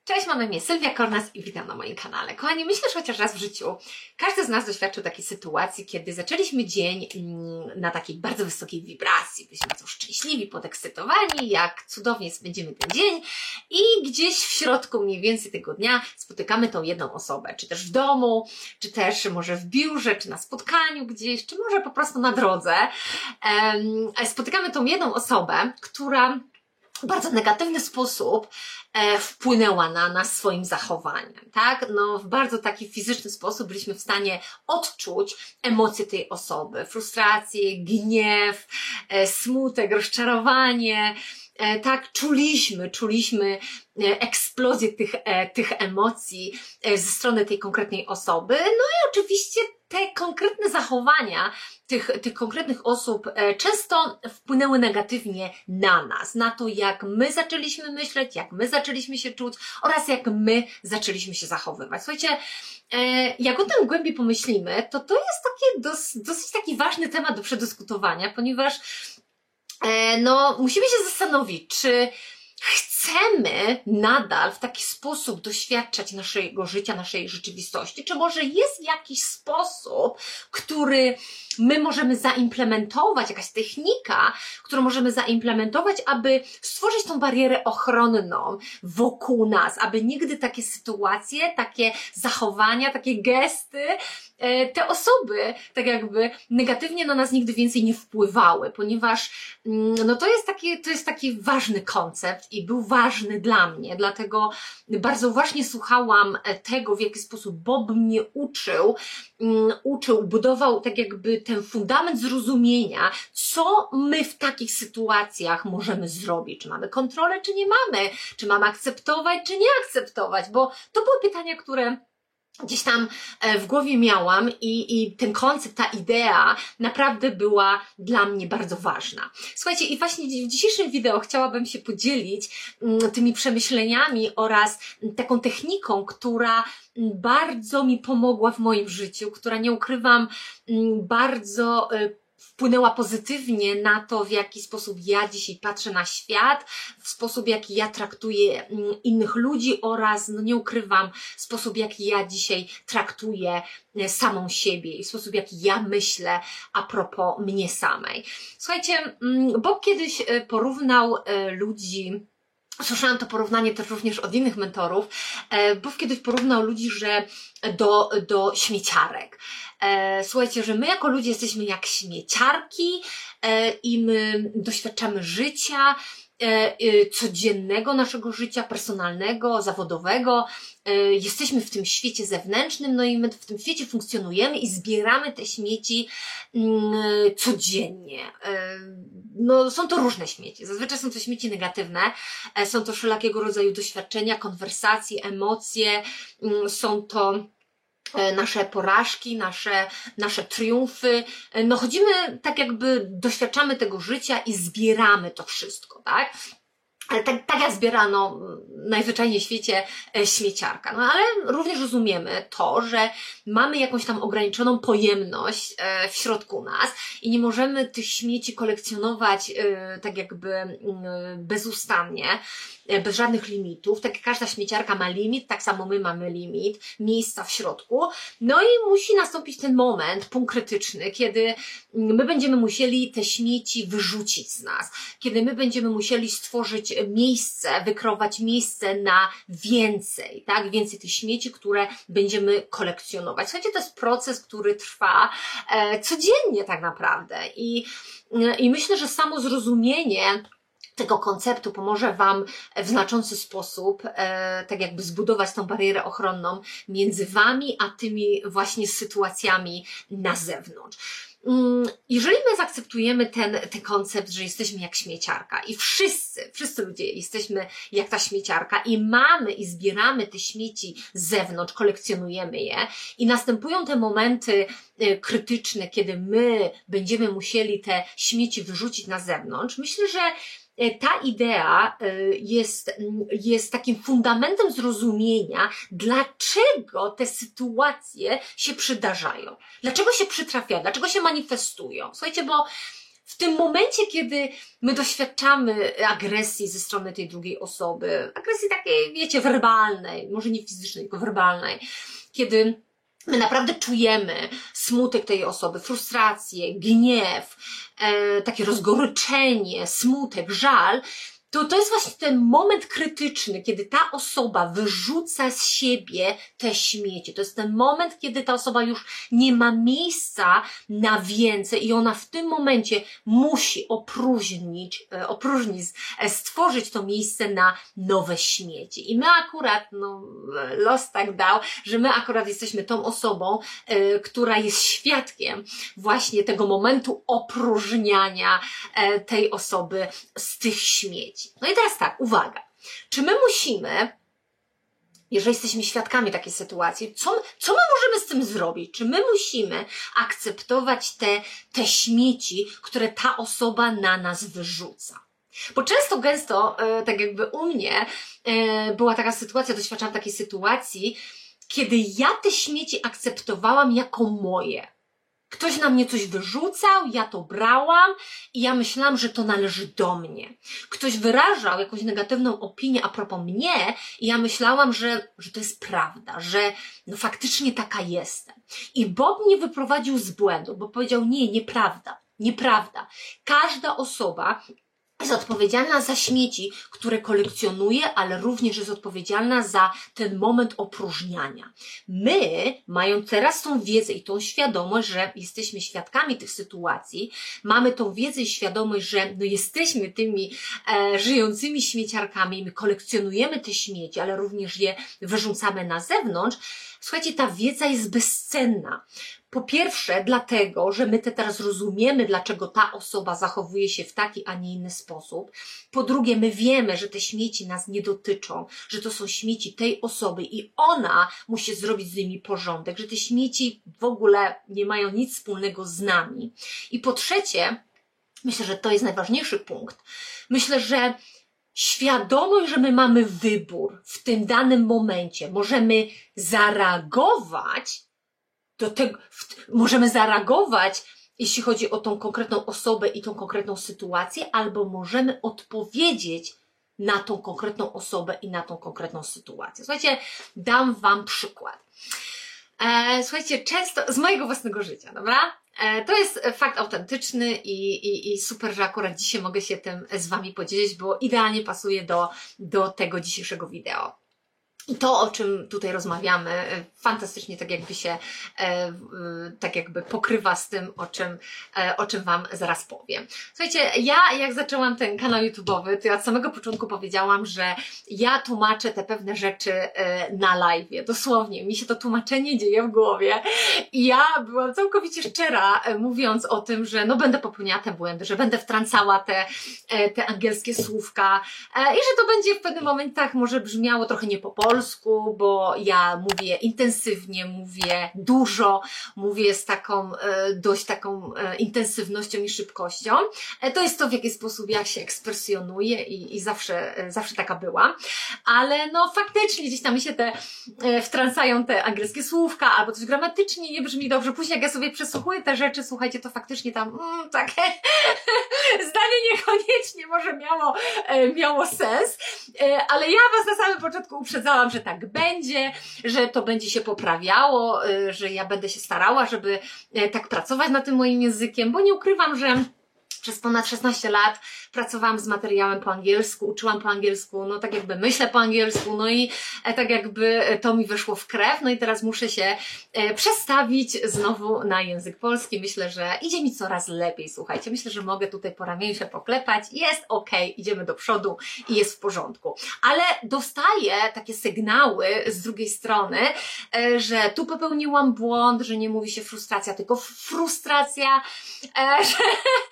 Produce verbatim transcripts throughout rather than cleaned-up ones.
Cześć, mam na imię Sylwia Kornas i witam na moim kanale. Kochani, myślę, że chociaż raz w życiu każdy z nas doświadczył takiej sytuacji, kiedy zaczęliśmy dzień na takiej bardzo wysokiej wibracji. Byliśmy bardzo szczęśliwi, podekscytowani, jak cudownie spędzimy ten dzień i gdzieś w środku mniej więcej tego dnia spotykamy tą jedną osobę, czy też w domu, czy też może w biurze, czy na spotkaniu gdzieś, czy może po prostu na drodze. Spotykamy tą jedną osobę, która w bardzo negatywny sposób e, wpłynęła na nas swoim zachowaniem, tak? No, w bardzo taki fizyczny sposób byliśmy w stanie odczuć emocje tej osoby, frustrację, gniew, e, smutek, rozczarowanie, e, tak? Czuliśmy, czuliśmy e, eksplozję tych, e, tych emocji e, ze strony tej konkretnej osoby, no i oczywiście te konkretne zachowania tych, tych konkretnych osób e, często wpłynęły negatywnie na nas, na to, jak my zaczęliśmy myśleć, jak my zaczęliśmy się czuć oraz jak my zaczęliśmy się zachowywać. Słuchajcie, e, jak o tym głębiej pomyślimy, to to jest taki dos, dosyć taki ważny temat do przedyskutowania, ponieważ e, no, musimy się zastanowić, czy chcemy nadal w taki sposób doświadczać naszego życia, naszej rzeczywistości, czy może jest jakiś sposób, który my możemy zaimplementować, jakaś technika, którą możemy zaimplementować, aby stworzyć tą barierę ochronną wokół nas, aby nigdy takie sytuacje, takie zachowania, takie gesty, te osoby tak jakby negatywnie na nas nigdy więcej nie wpływały, ponieważ no to jest taki, to jest taki ważny koncept i był ważny dla mnie, dlatego bardzo uważnie słuchałam tego, w jaki sposób Bob mnie uczył, um, uczył, budował tak jakby ten fundament zrozumienia, co my w takich sytuacjach możemy zrobić, czy mamy kontrolę, czy nie mamy, czy mamy akceptować, czy nie akceptować, bo to były pytania, które gdzieś tam w głowie miałam i, i ten koncept, ta idea naprawdę była dla mnie bardzo ważna. Słuchajcie, i właśnie w dzisiejszym wideo chciałabym się podzielić tymi przemyśleniami oraz taką techniką, która bardzo mi pomogła w moim życiu, która, nie ukrywam, bardzo wpłynęła pozytywnie na to, w jaki sposób ja dzisiaj patrzę na świat, w sposób, jaki ja traktuję innych ludzi oraz, no nie ukrywam, sposób, jaki ja dzisiaj traktuję samą siebie i sposób, jaki ja myślę a propos mnie samej. Słuchajcie, Bob kiedyś porównał ludzi, słyszałam to porównanie też również od innych mentorów, bo kiedyś porównał ludzi, że do, do śmieciarek. Słuchajcie, że my jako ludzie jesteśmy jak śmieciarki i my doświadczamy życia, codziennego naszego życia, personalnego, zawodowego. Jesteśmy w tym świecie zewnętrznym, no i my w tym świecie funkcjonujemy i zbieramy te śmieci codziennie. No, są to różne śmieci. Zazwyczaj są to śmieci negatywne, są to wszelakiego rodzaju doświadczenia, konwersacje, emocje, są to nasze porażki, nasze, nasze triumfy. No chodzimy tak jakby doświadczamy tego życia i zbieramy to wszystko, tak? Ale tak, tak jak zbierano najzwyczajniej w świecie śmieciarka. No ale również rozumiemy to, że mamy jakąś tam ograniczoną pojemność w środku nas i nie możemy tych śmieci kolekcjonować tak jakby bezustannie, bez żadnych limitów. Tak jak każda śmieciarka ma limit, tak samo my mamy limit miejsca w środku. No i musi nastąpić ten moment, punkt krytyczny, kiedy my będziemy musieli te śmieci wyrzucić z nas, kiedy my będziemy musieli stworzyć miejsce, wykreować miejsce na więcej, tak? Więcej tych śmieci, które będziemy kolekcjonować. Słuchajcie, to jest proces, który trwa e, codziennie tak naprawdę i, e, i myślę, że samo zrozumienie tego konceptu pomoże Wam w znaczący sposób e, tak jakby zbudować tą barierę ochronną między Wami a tymi właśnie sytuacjami na zewnątrz. Jeżeli my zaakceptujemy ten, ten koncept, że jesteśmy jak śmieciarka i wszyscy, wszyscy ludzie jesteśmy jak ta śmieciarka i mamy i zbieramy te śmieci z zewnątrz, kolekcjonujemy je i następują te momenty krytyczne, kiedy my będziemy musieli te śmieci wyrzucić na zewnątrz, myślę, że ta idea jest, jest takim fundamentem zrozumienia, dlaczego te sytuacje się przydarzają, dlaczego się przytrafiają, dlaczego się manifestują. Słuchajcie, bo w tym momencie, kiedy my doświadczamy agresji ze strony tej drugiej osoby, agresji takiej, wiecie, werbalnej, może nie fizycznej, tylko werbalnej, kiedy my naprawdę czujemy smutek tej osoby, frustrację, gniew, e, takie rozgoryczenie, smutek, żal, to to jest właśnie ten moment krytyczny, kiedy ta osoba wyrzuca z siebie te śmieci. To jest ten moment, kiedy ta osoba już nie ma miejsca na więcej i ona w tym momencie musi opróżnić, opróżnić, stworzyć to miejsce na nowe śmieci. I my akurat, no, los tak dał, że my akurat jesteśmy tą osobą, y, która jest świadkiem właśnie tego momentu opróżniania y, tej osoby z tych śmieci. No i teraz tak, uwaga, czy my musimy, jeżeli jesteśmy świadkami takiej sytuacji, co, co my możemy z tym zrobić? Czy my musimy akceptować te, te śmieci, które ta osoba na nas wyrzuca? Bo często, gęsto, e, tak jakby u mnie e, była taka sytuacja, doświadczałam takiej sytuacji, kiedy ja te śmieci akceptowałam jako moje. Ktoś na mnie coś wyrzucał, ja to brałam i ja myślałam, że to należy do mnie. Ktoś wyrażał jakąś negatywną opinię a propos mnie i ja myślałam, że, że to jest prawda, że no faktycznie taka jestem. I Bob mnie wyprowadził z błędu, bo powiedział: nie, nieprawda, nieprawda. Każda osoba jest odpowiedzialna za śmieci, które kolekcjonuje, ale również jest odpowiedzialna za ten moment opróżniania. My, mając teraz tą wiedzę i tą świadomość, że jesteśmy świadkami tych sytuacji, mamy tą wiedzę i świadomość, że no jesteśmy tymi e, żyjącymi śmieciarkami, my kolekcjonujemy te śmieci, ale również je wyrzucamy na zewnątrz. Słuchajcie, ta wiedza jest bezcenna. Po pierwsze, dlatego, że my te teraz rozumiemy, dlaczego ta osoba zachowuje się w taki, a nie inny sposób. Po drugie, my wiemy, że te śmieci nas nie dotyczą, że to są śmieci tej osoby i ona musi zrobić z nimi porządek, że te śmieci w ogóle nie mają nic wspólnego z nami. I po trzecie, myślę, że to jest najważniejszy punkt. Myślę, że świadomość, że my mamy wybór w tym danym momencie, możemy zareagować do tego, możemy zareagować, jeśli chodzi o tą konkretną osobę i tą konkretną sytuację, albo możemy odpowiedzieć na tą konkretną osobę i na tą konkretną sytuację. Słuchajcie, dam Wam przykład. E, słuchajcie, często z mojego własnego życia, dobra? E, to jest fakt autentyczny i, i, i super, że akurat dzisiaj mogę się tym z Wami podzielić, bo idealnie pasuje do, do tego dzisiejszego wideo. I to, o czym tutaj rozmawiamy, fantastycznie tak jakby się, e, tak jakby pokrywa z tym, o czym, e, o czym Wam zaraz powiem. Słuchajcie, ja jak zaczęłam ten kanał YouTube'owy, to ja od samego początku powiedziałam, że ja tłumaczę te pewne rzeczy e, na live'ie. Dosłownie, mi się to tłumaczenie dzieje w głowie i ja byłam całkowicie szczera, e, mówiąc o tym, że no będę popełniała te błędy, że będę wtrącała te, e, te angielskie słówka e, i że to będzie w pewnych momentach może brzmiało trochę nie po polsku, polsku, bo ja mówię intensywnie, mówię dużo, mówię z taką e, dość taką e, intensywnością i szybkością. E, to jest to, w jaki sposób ja się ekspresjonuję i, i zawsze, e, zawsze taka byłam. Ale no faktycznie gdzieś tam mi się te e, wtrącają te angielskie słówka, albo coś gramatycznie nie brzmi dobrze. Później jak ja sobie przesłuchuję te rzeczy, słuchajcie, to faktycznie tam mm, takie zdanie niekoniecznie może miało, e, miało sens, e, ale ja Was na samym początku uprzedzałam, że tak będzie, że to będzie się poprawiało, że ja będę się starała, żeby tak pracować nad tym moim językiem, bo nie ukrywam, że przez ponad szesnaście lat pracowałam z materiałem po angielsku, uczyłam po angielsku, no tak jakby myślę po angielsku, no i tak jakby to mi weszło w krew, no i teraz muszę się przestawić znowu na język polski. Myślę, że idzie mi coraz lepiej, słuchajcie, myślę, że mogę tutaj po ramieniu się poklepać, jest okej, okay, idziemy do przodu i jest w porządku. Ale dostaję takie sygnały z drugiej strony, że tu popełniłam błąd, że nie mówi się frustracja, tylko frustracja, że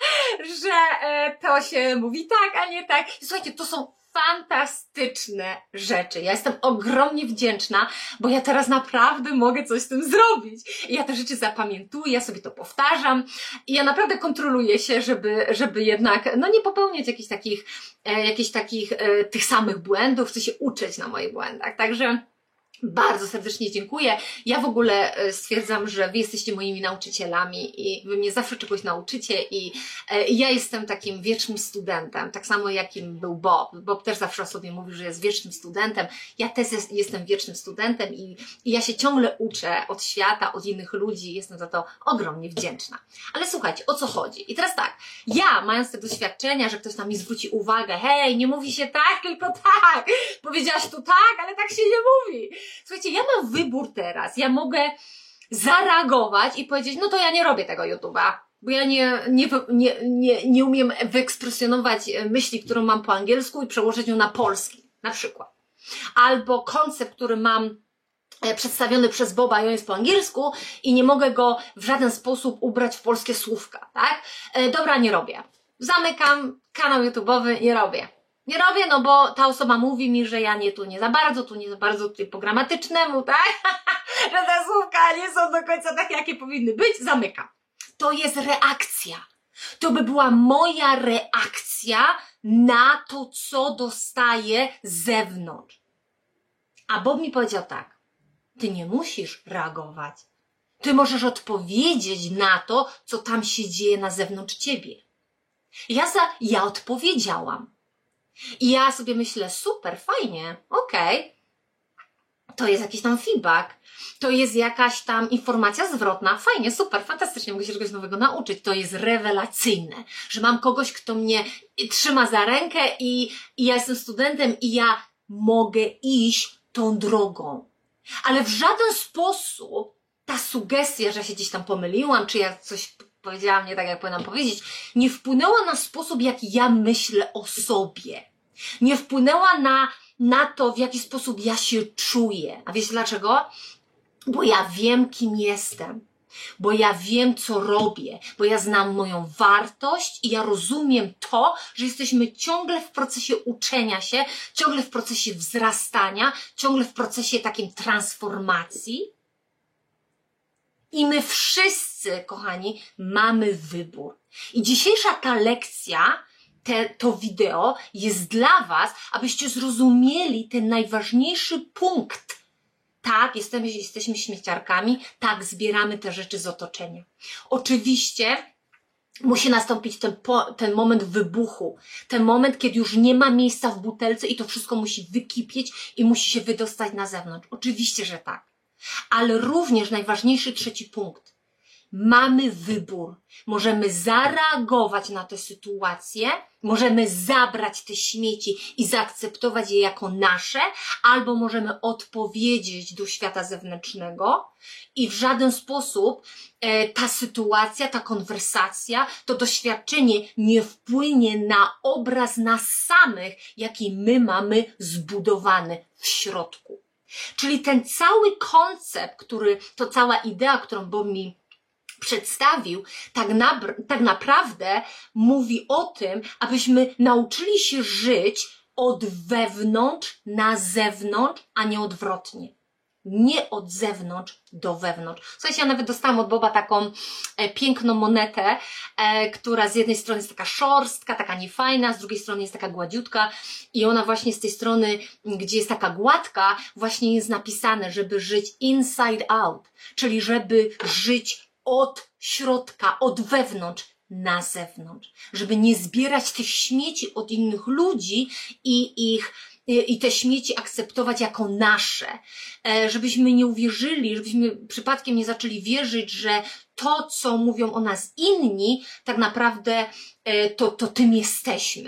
że e, to się mówi tak, a nie tak. I słuchajcie, to są fantastyczne rzeczy. Ja jestem ogromnie wdzięczna, bo ja teraz naprawdę mogę coś z tym zrobić. I ja te rzeczy zapamiętuję, ja sobie to powtarzam i ja naprawdę kontroluję się, żeby, żeby jednak no nie popełniać jakichś takich, e, jakichś takich e, tych samych błędów, chcę się uczyć na moich błędach. Także Bardzo serdecznie dziękuję. Ja w ogóle stwierdzam, że Wy jesteście moimi nauczycielami i Wy mnie zawsze czegoś nauczycie i ja jestem takim wiecznym studentem, tak samo jakim był Bob. Bob też zawsze o sobie mówi, że jest wiecznym studentem. Ja też jest, jestem wiecznym studentem i, i ja się ciągle uczę od świata, od innych ludzi. Jestem za to ogromnie wdzięczna. Ale słuchajcie, o co chodzi? I teraz tak, ja mając te doświadczenia, że ktoś tam mi zwróci uwagę, hej, nie mówi się tak, tylko tak. Powiedziałaś tu tak, ale tak się nie mówi. Słuchajcie, ja mam wybór teraz. Ja mogę zareagować i powiedzieć, no to ja nie robię tego YouTube'a, bo ja nie, nie, nie, nie, nie umiem wyekspresjonować myśli, którą mam po angielsku i przełożyć ją na polski, na przykład. Albo koncept, który mam przedstawiony przez Boba i on jest po angielsku i nie mogę go w żaden sposób ubrać w polskie słówka, tak? Dobra, nie robię. Zamykam kanał YouTube'owy, nie robię. Nie robię, no bo ta osoba mówi mi, że ja nie tu nie za bardzo, tu nie za bardzo, tutaj po gramatycznemu, tak? Że te słówka nie są do końca takie, jakie powinny być. Zamykam. To jest reakcja. To by była moja reakcja na to, co dostaję z zewnątrz. A Bob mi powiedział tak. Ty nie musisz reagować. Ty możesz odpowiedzieć na to, co tam się dzieje na zewnątrz ciebie. Ja za, ja odpowiedziałam. I ja sobie myślę, super, fajnie, okej, okay. To jest jakiś tam feedback, to jest jakaś tam informacja zwrotna, fajnie, super, fantastycznie, mogę się czegoś nowego nauczyć, to jest rewelacyjne, że mam kogoś, kto mnie trzyma za rękę i, i ja jestem studentem i ja mogę iść tą drogą. Ale w żaden sposób ta sugestia, że się gdzieś tam pomyliłam, czy ja coś powiedziałam nie tak, jak powinnam powiedzieć, nie wpłynęła na sposób, jaki ja myślę o sobie. Nie wpłynęła na, na to, w jaki sposób ja się czuję. A wiecie dlaczego? Bo ja wiem, kim jestem. Bo ja wiem, co robię. Bo ja znam moją wartość i ja rozumiem to, że jesteśmy ciągle w procesie uczenia się, ciągle w procesie wzrastania, ciągle w procesie takiej transformacji. I my wszyscy, kochani, mamy wybór. I dzisiejsza ta lekcja, te, to wideo jest dla Was, abyście zrozumieli ten najważniejszy punkt. Tak, jesteśmy, jesteśmy śmieciarkami, tak, zbieramy te rzeczy z otoczenia. Oczywiście musi nastąpić ten, po, ten moment wybuchu, ten moment, kiedy już nie ma miejsca w butelce i to wszystko musi wykipieć i musi się wydostać na zewnątrz. Oczywiście, że tak. Ale również najważniejszy trzeci punkt. Mamy wybór. Możemy zareagować na tę sytuację, możemy zabrać te śmieci i zaakceptować je jako nasze, albo możemy odpowiedzieć do świata zewnętrznego i w żaden sposób e, ta sytuacja, ta konwersacja, to doświadczenie nie wpłynie na obraz nas samych, jaki my mamy zbudowany w środku. Czyli ten cały koncept, który, to cała idea, którą Bob mi przedstawił, tak, na, tak naprawdę mówi o tym, abyśmy nauczyli się żyć od wewnątrz na zewnątrz, a nie odwrotnie. Nie od zewnątrz do wewnątrz. Słuchajcie, ja nawet dostałam od Boba taką e, piękną monetę, e, która z jednej strony jest taka szorstka, taka niefajna, z drugiej strony jest taka gładziutka i ona właśnie z tej strony, gdzie jest taka gładka, właśnie jest napisane, żeby żyć inside out, czyli żeby żyć od środka, od wewnątrz na zewnątrz, żeby nie zbierać tych śmieci od innych ludzi i ich i te śmieci akceptować jako nasze, żebyśmy nie uwierzyli, żebyśmy przypadkiem nie zaczęli wierzyć, że to, co mówią o nas inni, tak naprawdę to, to tym jesteśmy.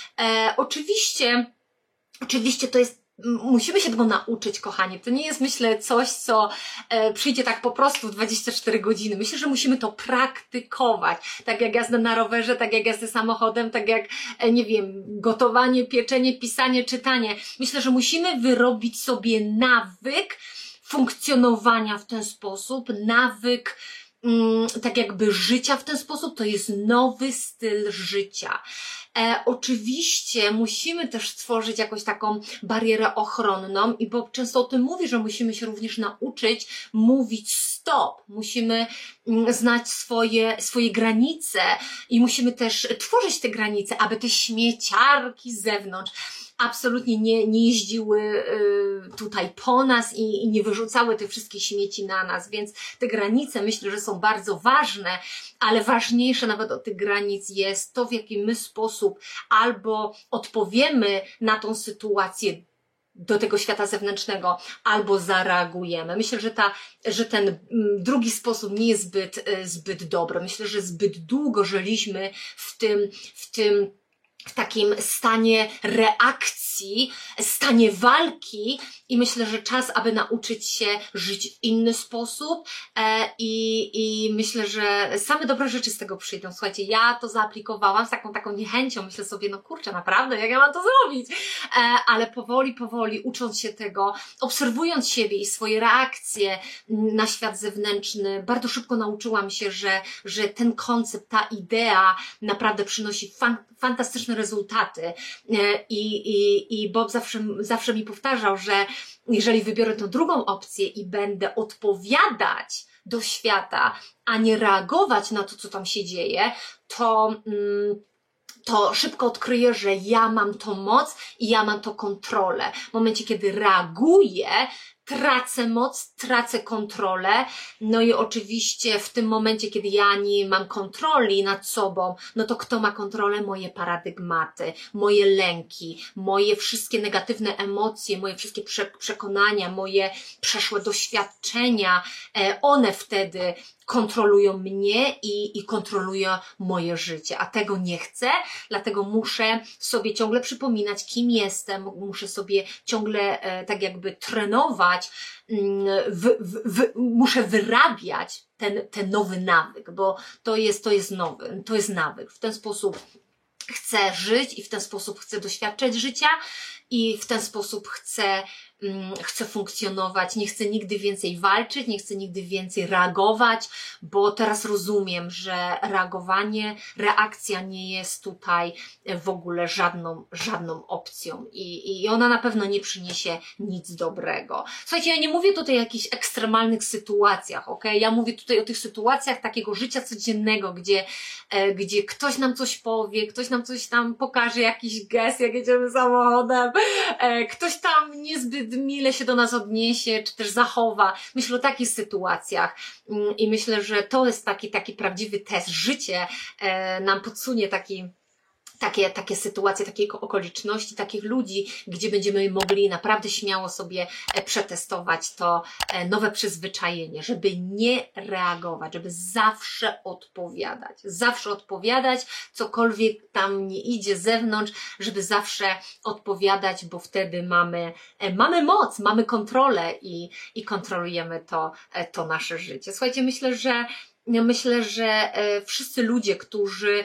Oczywiście, oczywiście to jest musimy się tego nauczyć, kochani. To nie jest, myślę, coś, co e, przyjdzie tak po prostu w dwadzieścia cztery godziny. Myślę, że musimy to praktykować. Tak jak jazda na rowerze, tak jak jazda samochodem, tak jak, e, nie wiem, gotowanie, pieczenie, pisanie, czytanie. Myślę, że musimy wyrobić sobie nawyk funkcjonowania w ten sposób, nawyk mm, tak jakby życia w ten sposób. To jest nowy styl życia. E, oczywiście musimy też stworzyć jakąś taką barierę ochronną i Bob często o tym mówi, że musimy się również nauczyć mówić stop. Musimy mm, znać swoje, swoje granice i musimy też tworzyć te granice, aby te śmieciarki z zewnątrz absolutnie nie, nie jeździły y, tutaj po nas i, i nie wyrzucały tych wszystkich śmieci na nas, więc te granice myślę, że są bardzo ważne, ale ważniejsze nawet od tych granic jest to, w jaki my sposób albo odpowiemy na tą sytuację do tego świata zewnętrznego, albo zareagujemy. Myślę, że, ta, że ten mm, drugi sposób nie jest zbyt, y, zbyt dobry. Myślę, że zbyt długo żyliśmy w tym, w tym w takim stanie reakcji, stanie walki i myślę, że czas, aby nauczyć się żyć w inny sposób e, i, i myślę, że same dobre rzeczy z tego przyjdą. Słuchajcie, ja to zaaplikowałam z taką taką niechęcią, myślę sobie, no kurczę, naprawdę, jak ja mam to zrobić? E, ale powoli, powoli, ucząc się tego, obserwując siebie i swoje reakcje na świat zewnętrzny, bardzo szybko nauczyłam się, że, że ten koncept, ta idea naprawdę przynosi fan, fantastyczne rezultaty i, i, i Bob zawsze, zawsze mi powtarzał, że jeżeli wybiorę tą drugą opcję i będę odpowiadać do świata, a nie reagować na to, co tam się dzieje, to, to szybko odkryję, że ja mam tą moc i ja mam tą kontrolę. W momencie, kiedy reaguję, tracę moc, tracę kontrolę, no i oczywiście w tym momencie, kiedy ja nie mam kontroli nad sobą, no to kto ma kontrolę? Moje paradygmaty, moje lęki, moje wszystkie negatywne emocje, moje wszystkie przekonania, moje przeszłe doświadczenia, one wtedy kontrolują mnie i, i kontrolują moje życie, a tego nie chcę, dlatego muszę sobie ciągle przypominać, kim jestem, muszę sobie ciągle e, tak jakby trenować, w, w, w, muszę wyrabiać ten, ten nowy nawyk, bo to jest, to jest nowy, to jest nawyk. W ten sposób chcę żyć i w ten sposób chcę doświadczać życia i w ten sposób chcę chcę funkcjonować, nie chcę nigdy więcej walczyć, nie chcę nigdy więcej reagować, bo teraz rozumiem, że reagowanie, reakcja nie jest tutaj w ogóle żadną, żadną opcją i, i ona na pewno nie przyniesie nic dobrego. Słuchajcie, ja nie mówię tutaj o jakichś ekstremalnych sytuacjach, ok? Ja mówię tutaj o tych sytuacjach takiego życia codziennego, gdzie, e, gdzie ktoś nam coś powie, ktoś nam coś tam pokaże, jakiś gest, jak jedziemy samochodem, e, ktoś tam niezbyt mile się do nas odniesie, czy też zachowa. Myślę o takich sytuacjach i myślę, że to jest taki, taki prawdziwy test. Życie e, nam podsunie taki Takie, takie sytuacje, takie okoliczności, takich ludzi, gdzie będziemy mogli naprawdę śmiało sobie przetestować to nowe przyzwyczajenie, żeby nie reagować, żeby zawsze odpowiadać, zawsze odpowiadać, cokolwiek tam nie idzie z zewnątrz, żeby zawsze odpowiadać, bo wtedy mamy, mamy moc, mamy kontrolę i, i kontrolujemy to, to nasze życie. Słuchajcie, myślę, że Ja myślę, że wszyscy ludzie, którzy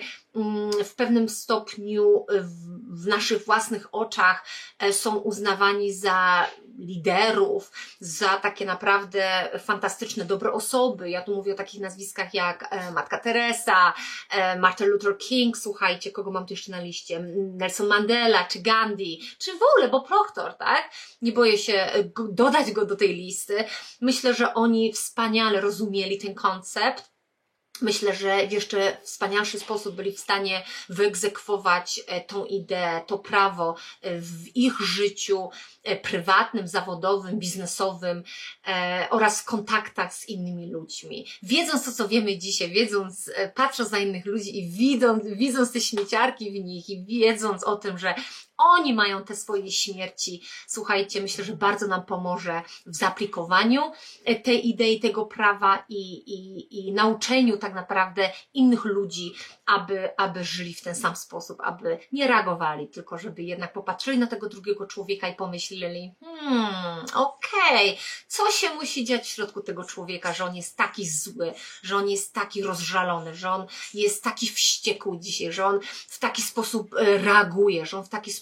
w pewnym stopniu w naszych własnych oczach są uznawani za liderów, za takie naprawdę fantastyczne, dobre osoby. Ja tu mówię o takich nazwiskach jak Matka Teresa, Martin Luther King, słuchajcie, kogo mam tu jeszcze na liście, Nelson Mandela, czy Gandhi, czy w ogóle Bob Proctor, tak? Nie boję się dodać go do tej listy. Myślę, że oni wspaniale rozumieli ten koncept. Myślę, że w jeszcze wspanialszy sposób byli w stanie wyegzekwować tą ideę, to prawo w ich życiu prywatnym, zawodowym, biznesowym e, oraz w kontaktach z innymi ludźmi. Wiedząc to, co wiemy dzisiaj, wiedząc, patrząc na innych ludzi i widząc, widząc te śmieciarki w nich i wiedząc o tym, że oni mają te swoje śmierci, słuchajcie, myślę, że bardzo nam pomoże w zaaplikowaniu tej idei, tego prawa i, i, i nauczeniu tak naprawdę innych ludzi, aby, aby żyli w ten sam sposób, aby nie reagowali, tylko żeby jednak popatrzyli na tego drugiego człowieka i pomyśleli, hmm, okej, okay, co się musi dziać w środku tego człowieka, że on jest taki zły, że on jest taki rozżalony, że on jest taki wściekły dzisiaj, że on w taki sposób reaguje, że on w taki sposób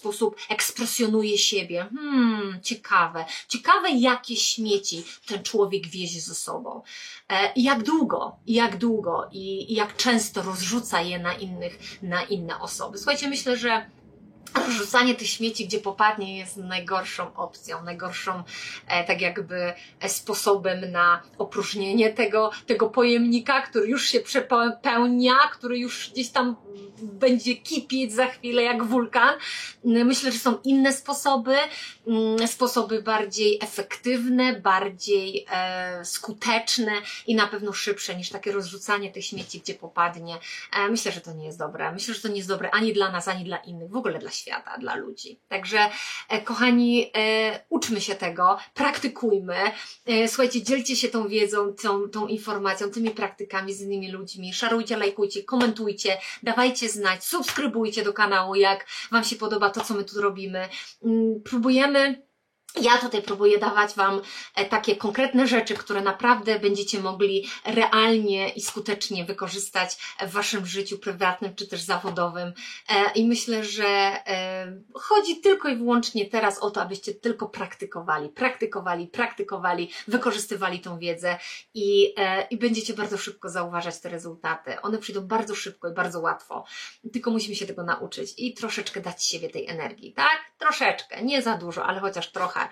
sposób ekspresjonuje siebie. Hmm, ciekawe. Ciekawe, jakie śmieci ten człowiek wiezie ze sobą. E, I jak długo, i jak długo, i, i jak często rozrzuca je na innych, na inne osoby. Słuchajcie, myślę, że rzucanie tych śmieci, gdzie popadnie, jest najgorszą opcją, najgorszą e, tak jakby e, sposobem na opróżnienie tego, tego pojemnika, który już się przepełnia, który już gdzieś tam będzie kipieć za chwilę jak wulkan. Myślę, że są inne sposoby, mm, sposoby bardziej efektywne, bardziej e, skuteczne i na pewno szybsze niż takie rozrzucanie tych śmieci, gdzie popadnie. E, myślę, że to nie jest dobre. Myślę, że to nie jest dobre ani dla nas, ani dla innych, w ogóle dla świata, dla ludzi. Także e, kochani, e, uczmy się tego, praktykujmy. E, słuchajcie, dzielcie się tą wiedzą, tą, tą informacją, tymi praktykami z innymi ludźmi. Szarujcie, lajkujcie, komentujcie, dawajcie znać, subskrybujcie do kanału, jak Wam się podoba to, co my tu robimy. Mm, próbujemy Ja tutaj próbuję dawać Wam takie konkretne rzeczy, które naprawdę będziecie mogli realnie i skutecznie wykorzystać w Waszym życiu prywatnym czy też zawodowym. I myślę, że chodzi tylko i wyłącznie teraz o to, abyście tylko praktykowali, praktykowali, praktykowali, wykorzystywali tą wiedzę i, i będziecie bardzo szybko zauważać te rezultaty. One przyjdą bardzo szybko i bardzo łatwo. Tylko musimy się tego nauczyć i troszeczkę dać siebie tej energii, tak? Troszeczkę, nie za dużo, ale chociaż trochę.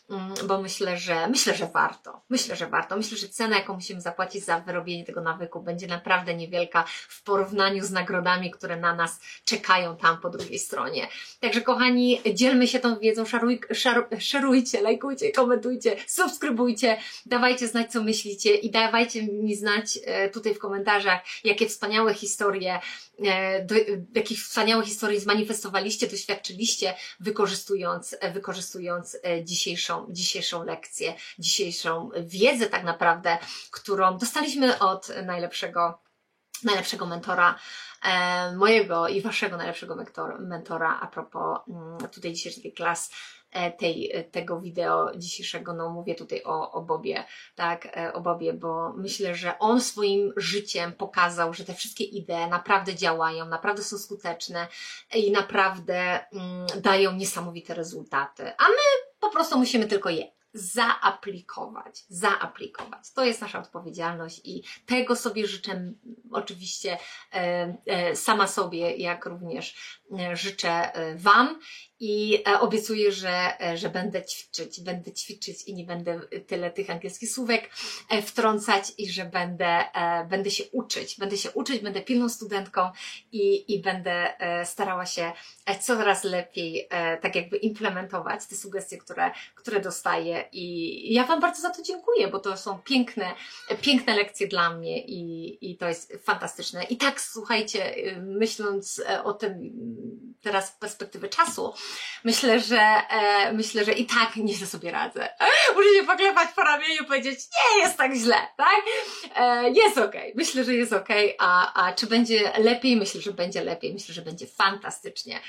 Bo myślę, że myślę, że warto. Myślę, że warto. Myślę, że cena, jaką musimy zapłacić za wyrobienie tego nawyku, będzie naprawdę niewielka w porównaniu z nagrodami, które na nas czekają tam po drugiej stronie. Także kochani, dzielmy się tą wiedzą, szaruj, szar, szerujcie, lajkujcie, komentujcie, subskrybujcie, dawajcie znać, co myślicie i dawajcie mi znać tutaj w komentarzach, jakie wspaniałe historie, do, jakich wspaniałych historii zmanifestowaliście, doświadczyliście, wykorzystując, wykorzystując dzisiejszą dzisiejszą lekcję, dzisiejszą wiedzę tak naprawdę, którą dostaliśmy od najlepszego, najlepszego mentora, e, mojego i Waszego najlepszego mentor, mentora a propos m, tutaj dzisiejszej klas, e, tej, tego wideo dzisiejszego, no mówię tutaj o, o Bobie, tak, e, o Bobie, bo myślę, że on swoim życiem pokazał, że te wszystkie idee naprawdę działają, naprawdę są skuteczne i naprawdę mm, dają niesamowite rezultaty, a my po prostu musimy tylko je zaaplikować, zaaplikować. To jest nasza odpowiedzialność i tego sobie życzę oczywiście e, e, sama sobie, jak również e, życzę e, Wam i e, obiecuję, że, e, że będę ćwiczyć, będę ćwiczyć i nie będę tyle tych angielskich słówek e, wtrącać i że będę, e, będę się uczyć, będę się uczyć, będę pilną studentką i, i będę e, starała się e, coraz lepiej e, tak jakby implementować te sugestie, które, które dostaję i ja Wam bardzo za to dziękuję, bo to są piękne, piękne lekcje dla mnie i, i to jest fantastyczne. I tak, słuchajcie, myśląc o tym teraz z perspektywy czasu, myślę, że e, myślę, że i tak nieźle sobie radzę. Muszę się poklepać po ramieniu i powiedzieć, nie jest tak źle, tak? E, jest okej. Okay. Myślę, że jest okej, okay. a, a czy będzie lepiej? Myślę, że będzie lepiej. Myślę, że będzie fantastycznie.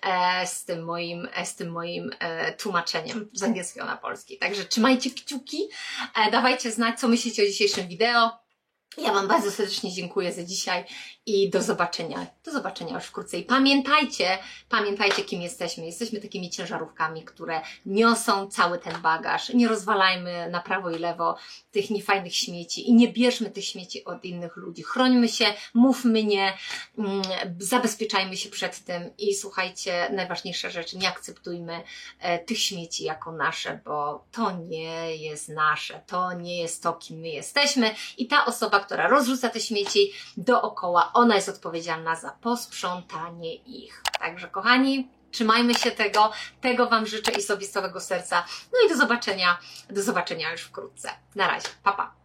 Z tym moim, z tym moim e, tłumaczeniem z angielskiego na polski. Także trzymajcie kciuki, e, dawajcie znać, co myślicie o dzisiejszym wideo. Ja Wam bardzo serdecznie dziękuję za dzisiaj i do zobaczenia. Do zobaczenia już wkrótce. I pamiętajcie, pamiętajcie, kim jesteśmy. Jesteśmy takimi ciężarówkami, które niosą cały ten bagaż. Nie rozwalajmy na prawo i lewo tych niefajnych śmieci i nie bierzmy tych śmieci od innych ludzi. Chrońmy się, mówmy nie, mm, zabezpieczajmy się przed tym i słuchajcie, najważniejsza rzecz, nie akceptujmy e, tych śmieci jako nasze, bo to nie jest nasze, to nie jest to, kim my jesteśmy i ta osoba, która rozrzuca te śmieci dookoła, ona jest odpowiedzialna za posprzątanie ich. Także kochani, trzymajmy się tego, tego Wam życzę i sobie z całego serca. No i do zobaczenia, do zobaczenia już wkrótce. Na razie, pa pa.